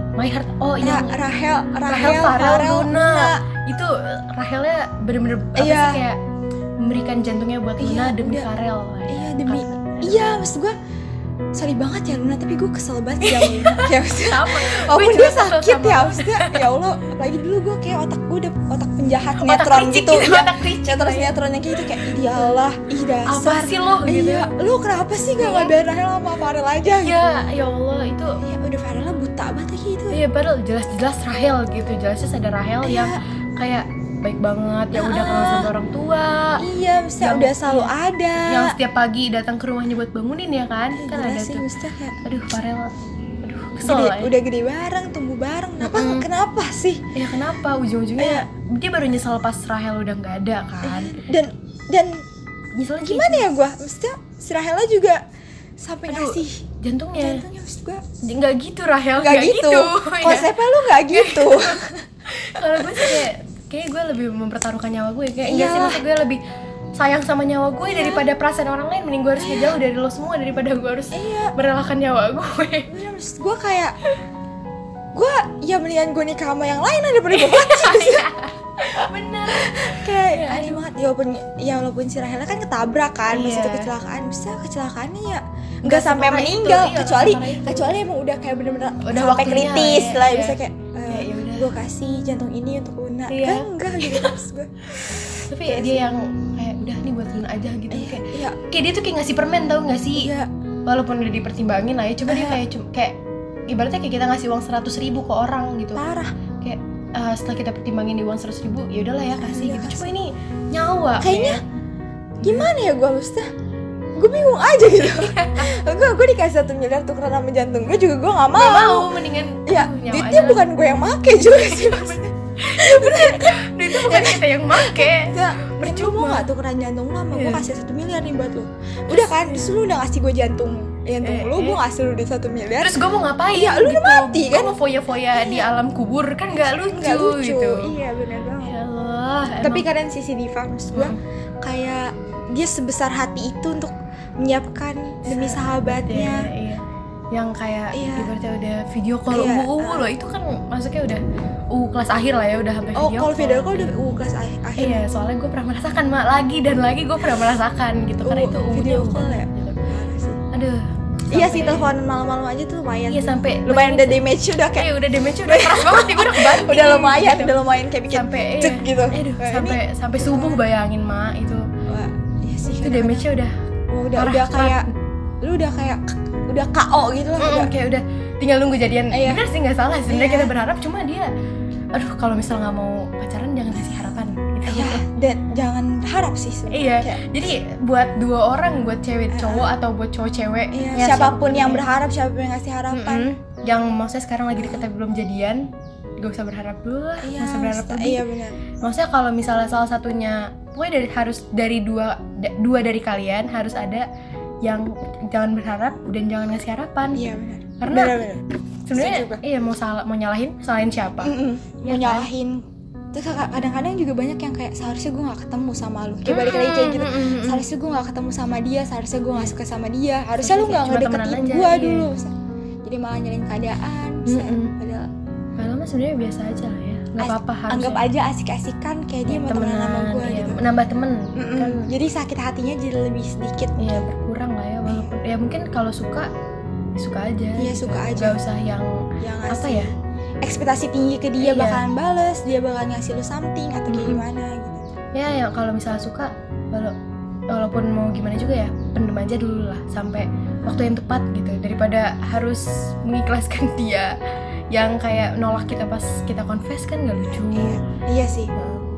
Oh iya. Rahel Farel Luna. Itu Rahelnya bener-bener apa sih kayak memberikan jantungnya buat Luna demi Farel. Iya demi. Iya maksud gue. Sorry banget ya Luna, tapi gue kesel banget sama Luna. Ya maksudnya, walaupun dia sakit ya, maksudnya ya Allah, apalagi dulu gue kayak otak gue udah otak penjahat sinetron gitu. Otak sinetronnya kayak gitu, kayak iyalah, dasar. Apa sih lo gitu? Iya, lo kenapa sih gak ngabarin Rahel sama Farel aja gitu? Ya Allah itu. Ya udah Farelnya buta banget lagi gitu. Iya padahal jelas-jelas Rahel gitu, jelasnya ada Rahel yang kayak baik banget, yang udah kenal sama orang tua. Iya, maksudnya udah selalu ada. Yang setiap pagi datang ke rumahnya buat bangunin ya kan? Kan ada sih, tuh. Kayak, aduh Farel, kesel ya. Udah gede bareng, tumbuh bareng. Kenapa sih? Ya kenapa? Ujung-ujungnya dia baru nyesel pas Rahel udah nggak ada kan? Dan nyeselnya gimana ya gue? Maksudnya si Rahelnya juga sampai ngasih jantungnya maksud gue nggak gitu Rahel, nggak gitu. Konsepnya lu nggak gitu. Kalau gue sih kayak gue lebih mempertaruhkan nyawa gue, kayak enggak sih, maksud gue lebih sayang sama nyawa gue daripada perasaan orang lain. Mending gue harus ngejauh dari lo semua daripada gue harus merelakan nyawa gue. Maksud gue kayak gue ya mendingan gue nikah sama yang lain daripada gue mati. Bener. Kayak aneh banget ya walaupun si Rahel kan ketabrak kan, masih itu kecelakaan, bisa kecelakaannya ya nggak sampai meninggal, kecuali emang udah kayak bener-bener sampai kritis lah, bisa kayak gue kasih jantung ini untuk Luna. Enggak gitu maksud gue. Tapi dia yang kayak udah nih buat Luna aja gitu, kayak dia tuh kayak ngasih permen, tau nggak sih? Walaupun udah dipertimbangin lah ya, coba dia kayak ibaratnya kayak kita ngasih uang 100.000 ke orang gitu. Parah. Kayak setelah kita pertimbangin di uang 100.000, ya udahlah ya kasih gitu. Cuma ini nyawa. Kayaknya gimana ya gue maksudnya? Gue bingung aja gitu. Gue dikasih 1 miliar tukeran sama jantung gue juga gue nggak mau. Mendingan duitnya bukan gue yang make juga sih. Bener kan? Duitnya bukan kita yang make. Lu mau nggak tukeran jantung lu sama gue kasih 1 miliar nih buat lu? Udah kan, disuruh udah ngasih gue jantung lu, gue ngasih lu udah 1 miliar. Terus gue mau ngapain? Iya, lu udah mati kan? Gue mau foya-foya di alam kubur kan nggak lucu gitu. Iya benar banget. Ya Allah. Tapi kadang sisi Diva maksud gue kayak dia sebesar hati itu untuk menyiapkan demi sahabatnya. Iya. Yang kayak ibaratnya udah video call loh, itu kan masuknya udah kelas akhir lah ya, udah sampai video call. Kalau video call udah kelas akhir. Iya, soalnya gue pernah merasakan lagi dan lagi gue pernah merasakan gitu, karena itu video call ya. Gitu. Aduh. Iya sih, telepon malam-malam aja tuh lumayan. Iya, sampai lumayan udah damage udah kayak. Udah damage udah keras banget nih, gue udah kebanting. Udah lumayan kayak bikin cek gitu. Sampai subuh bayangin itu. Wah, iya sih. Itu damage-nya udah kayak lu udah kayak udah KO gitu lah. Kayak udah tinggal nunggu jadian. Bener sih, nggak salah sebenarnya kita berharap, cuma dia aduh kalau misal nggak mau pacaran jangan kasih harapan gitu. Iya, dan jangan harap sih sebenarnya. Iya, Kayak, jadi buat dua orang, buat cewek cowok atau buat cowok cewek, iya, ya, siapapun yang ya. berharap, siapapun yang ngasih harapan. Yang maksudnya sekarang lagi deket tapi belum jadian, gak usah berharap dulu lah, Iya, gak usah berharap lebih. iya benar. Maksudnya kalau misalnya salah satunya, pokoknya harus dari dua dari kalian harus ada yang jangan berharap dan jangan ngasih harapan. Iya benar. Karena Benar. sebenarnya Setuju, Kak. iya mau salahin siapa? Mau kan? nyalahin. Terus kadang-kadang juga banyak yang kayak seharusnya gue gak ketemu sama lu. Kayak balik lagi kayak gitu. Seharusnya gue gak ketemu sama dia, seharusnya gue gak suka sama dia. Harusnya lu gak Cuma temenan ngedeketin aja, gue iya. dulu. Jadi malah nyalain keadaan. Padahal Padahal mah sebenarnya biasa aja lah ya, nggak apa-apa harusnya. anggap aja asik-asikan kayak dia mau temenan sama gue iya, gitu. menambah temen kan. Jadi sakit hatinya jadi lebih sedikit. Iya berkurang lah ya, walaupun ya mungkin kalau suka ya suka aja. Iya, gitu. suka aja. Gak usah yang Yang apa ngasih ya? ekspektasi tinggi ke dia, Iya. bakalan bales, dia bakalan ngasih lu something atau kayak gimana gitu. Ya kalau misalnya suka, walaupun mau gimana juga ya, pendem aja dulu lah sampai waktu yang tepat gitu, daripada harus mengikhlaskan dia yang kayak nolak kita pas kita confess kan nggak lucu. Iya sih.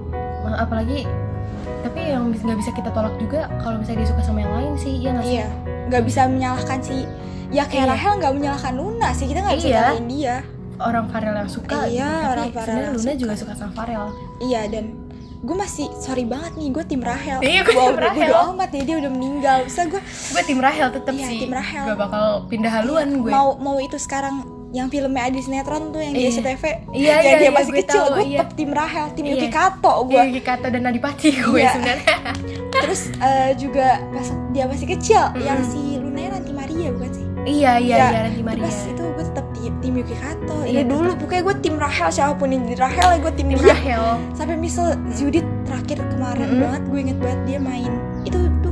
Apalagi tapi yang nggak bisa kita tolak juga kalau misalnya dia suka sama yang lain sih, ya nggak sih? Iya, nggak bisa menyalahkan si, ya kayak Iya. Rahel nggak menyalahkan Luna sih, kita nggak bisa Iya. nyalahin dia. Orang Farel yang suka, Iya, tapi orang Farel sebenarnya yang Luna suka. juga suka sama Farel. Iya, dan gue masih sorry banget nih, gue tim Rahel. Iya, gue tim Rahel. Bodo amat ya, dia udah meninggal. Bisa gue Gue tim Rahel tetep Iya, sih. tim Rahel. Gak bakal pindah haluan gue. mau itu sekarang yang filmnya Adi Sinetron tuh yang di Iya. SCTV, Iya, yang iya, dia iya, masih gue kecil, tahu, gue iya. tetap tim Rahel, tim Iya. Yuki Kato gue. Gue Yuki Kato dan Adipati gue Iya. sebenarnya. Terus juga pas dia masih kecil, yang si Lunanya Ranti Maria bukan sih? Iya Ya, Ranti Maria. Pas itu gue tetap tim Yuki Kato. Iya, Iya dulu pokoknya gue tim Rahel, siapapun yang jadi Rahel ya gue tim Tim dia. Rahel. Sampai misal Judith terakhir kemarin banget, gue inget banget dia main itu tuh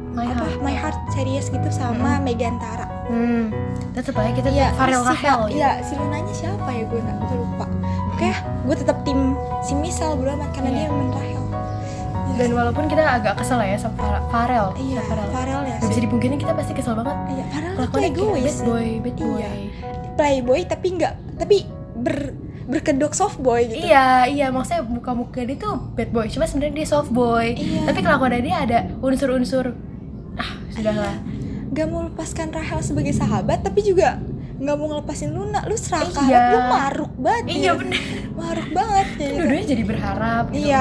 My Heart series gitu sama Megan Tara. Tetep aja kita Iya, Farel si Rahel. Iya, si Lunanya siapa ya, gue lupa. Oke, gue tetap tim si Misal bro amat karena Iya. dia main Rahel. Dan walaupun kita agak kesel lah ya sama Farel. Iya, sama Farel ya. Gak bisa dipungkiri kita pasti kesel banget. Iya, Farel tuh Kelakuannya kayak egois. bad boy. Iya. Playboy tapi berkedok soft boy gitu. Iya, maksudnya muka-muka dia tuh bad boy, cuma sebenarnya dia soft boy. Iya. Tapi kelakuannya dia ada unsur-unsur sudahlah. Gak mau lepaskan Rahel sebagai sahabat, tapi juga gak mau ngelepasin Luna. Lu serakah, Iya. lu maruk banget. Iya gitu. bener. Maruk banget kayak gitu. Dua-duanya jadi berharap gitu. Iya.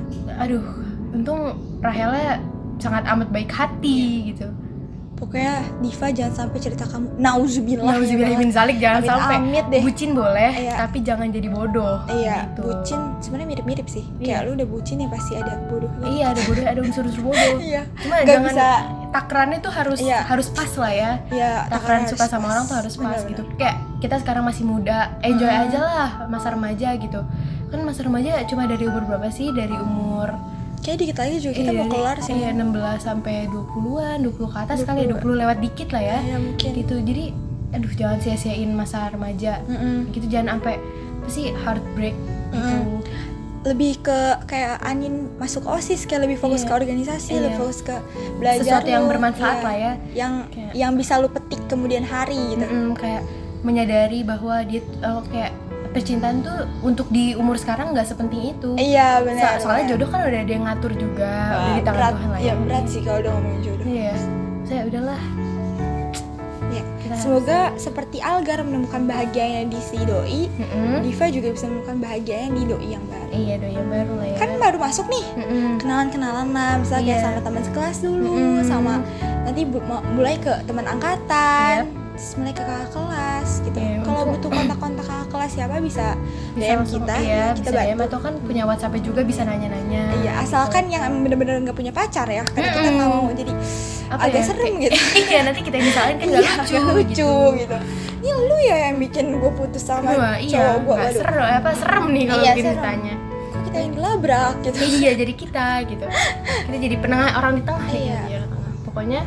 Untung Rahelnya sangat amat baik hati gitu. Pokoknya Diva jangan sampai cerita kamu nauzubillah. Nauzubillah min zalik, jangan Amit, sampai amit deh. bucin boleh, Iya. tapi jangan jadi bodoh. Iya, gitu. bucin sebenarnya mirip-mirip sih. Iya. Kayak lu udah bucin ya pasti ada bodohnya. Iya, ada bodoh, ada unsur-unsur bodoh. Iya. Cuma Gak jangan bisa. takarannya tuh Iya. harus pas lah ya. Iya, Takaran harus suka sama pas. orang tuh harus pas Benar-benar. gitu. Kayak kita sekarang masih muda, enjoy aja lah masa remaja gitu. Kan masa remaja cuma dari umur berapa sih? Dari umur Kayak dikit lagi juga kita mau kelar sih. Iya, 16 sampai 20-an, 20 ke atas kali ya, 20 lewat dikit lah ya. Iya, mungkin. Gitu. Jadi aduh jangan sia-siain masa remaja. Gitu, jangan sampai apa sih heartbreak gitu. Lebih ke kayak Anin masuk OSIS, kayak lebih fokus Iya. ke organisasi, Iya. lebih fokus ke belajar Sesuatu yang lu. bermanfaat Iya. lah ya. Yang yang bisa lu petik kemudian hari gitu. Kayak menyadari bahwa dia kayak percintaan tuh untuk di umur sekarang nggak sepenting itu. Iya, benar. Soalnya benar. jodoh kan udah ada yang ngatur juga, Wah, udah di tangan berat. Tuhan lah Iya, berat sih kalau udah ngomongin jodoh. Iya. Saya udahlah. Ya. Kita- Semoga seperti Algar menemukan bahagianya di si doi, Diva juga bisa menemukan bahagianya di doi yang baru. Iya, doi yang baru lah ya. Kan baru masuk nih, kenalan-kenalan lah, misalnya kayak Iya. sama teman sekelas dulu, sama nanti mulai ke teman angkatan, terus mulai ke kakak kelas gitu. Iya, Kalau untuk- butuh kontak-kontak kakak kelas siapa bisa Bisa DM langsung, kita, iya, kita bisa DM bantu. atau kan punya WhatsApp juga bisa nanya-nanya. Iya, asalkan yang emang bener-bener nggak punya pacar ya, karena kita nggak mau jadi Apa agak ya, serem kayak- gitu. Iya, nanti kita disalahin kan nggak Iya, lucu, nggak lucu gitu. Ini lu ya yang bikin gue putus sama Wah, iya, cowok gue. nggak serem nih kalau Iya, bikin serem. ditanya. Kita yang gelabrak gitu. Iya, jadi kita gitu. Kita jadi penengah, orang di tengah nih, Iya. jadi orang tengah. Pokoknya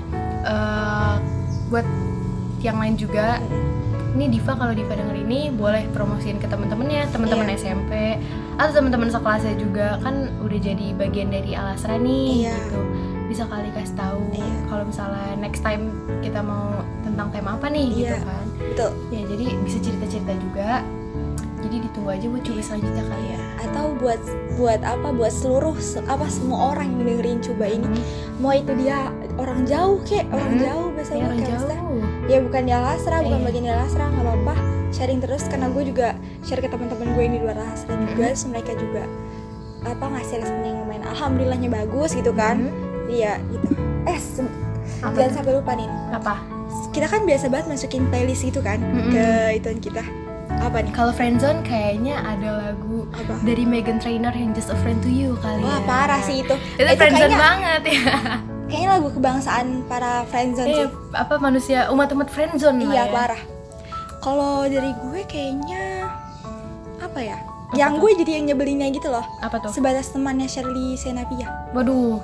buat yang lain juga, ini Diva kalau Diva denger ini boleh promosiin ke teman-temannya, teman-teman Iya. SMP atau teman-teman sekelasnya juga, kan udah jadi bagian dari Alasra nih Iya. gitu. Bisa kali kasih tahu Iya. kalau misalnya next time kita mau tentang tema apa nih gitu Iya. kan. Betul. Ya, jadi bisa cerita-cerita juga. Jadi jadi ditunggu aja buat coba selanjutnya kali ya. Atau buat seluruh semua orang yang dengerin coba ini, mau itu dia orang jauh orang jauh bahasa Ya, gue orang kayak jauh. maksudnya, ya bukan di Alasra, bukan bagian di Alasra, nggak apa-apa, sharing terus karena gue juga share ke teman-teman gue yang di luar Alasra juga, terus mereka juga ngasih respon yang lumayan alhamdulillahnya bagus gitu kan. Iya gitu. Jangan sampai lupa nih, Apa? kita kan biasa banget masukin playlist gitu kan ke ituan kita. Apa nih? Kalau Friendzone kayaknya ada lagu Apa? dari Meghan Trainor yang Just a Friend to You kali ya. Wah parah sih itu. Itu Friendzone banget ya. Kayaknya lagu kebangsaan para friendzone sih. Apa manusia umat Friendzone lah Iya ya. parah. Kalau dari gue kayaknya apa ya? Yang gue jadi yang nyebelinnya gitu loh. Apa tuh? Sebatas temannya Shirley Senapia. Waduh.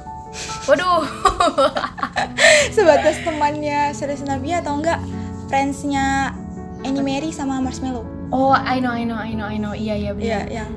Sebatas temannya Shirley Senapia atau enggak friendsnya Annie Mary sama Marshmello. Oh, I know. Iya benar. Iya, yang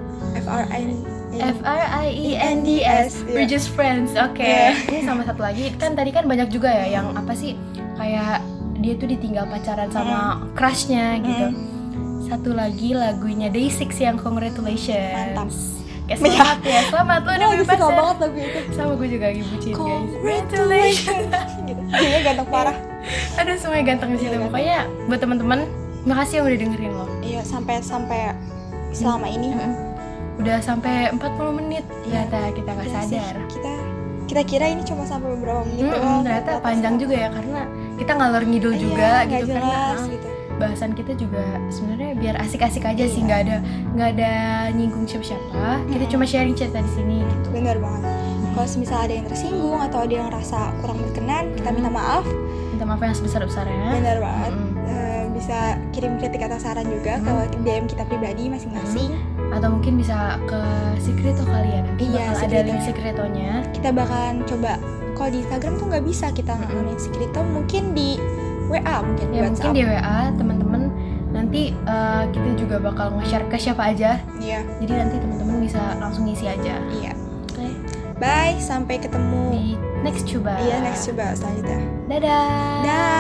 FRIENDS, we're just friends. Oke. Iya. Ini sama satu lagi kan tadi kan banyak juga ya yang apa sih kayak dia tuh ditinggal pacaran sama crushnya gitu. Satu lagi lagunya Day6 yang Congratulations. Mantap. Kayak selamat lo udah punya suka pacar. banget lagu itu. Sama gue juga lagi bucin guys. Congratulations. Gitu. Dia ganteng parah. Aduh semuanya ganteng di situ. Iya, Pokoknya buat teman-teman makasih yang udah dengerin lo. Iya, sampai selama ini. Udah sampai 40 menit. Iya. Ternyata kita nggak Iya sih. sadar. Kita kira ini cuma sampai beberapa menit doang. Ternyata panjang juga ya karena kita ngalor ngidul juga nggak gitu jelas, kan. gitu. Bahasan kita juga sebenarnya biar asik-asik aja sih, nggak ada nyinggung siapa-siapa. Kita cuma sharing cerita di sini gitu. Bener banget. Kalau misalnya ada yang tersinggung atau ada yang rasa kurang berkenan, kita minta maaf. Minta maaf yang sebesar-besarnya. Bener banget. Bisa kirim kritik atau saran juga ke DM kita pribadi masing-masing. Atau mungkin bisa ke Secreto kali ya, nanti Iya, bakal ada Secreto. link Secretonya. Kita bakalan coba. Kalau di Instagram tuh nggak bisa kita ngomongin secret, mungkin di WA mungkin di Ya mungkin WhatsApp. di WA teman-teman nanti kita juga bakal nge-share ke siapa aja. Iya. Jadi nanti teman-teman bisa langsung ngisi aja. Iya. Oke. Bye, sampai ketemu Di next coba. Iya, next coba selanjutnya. Dadah. Dah.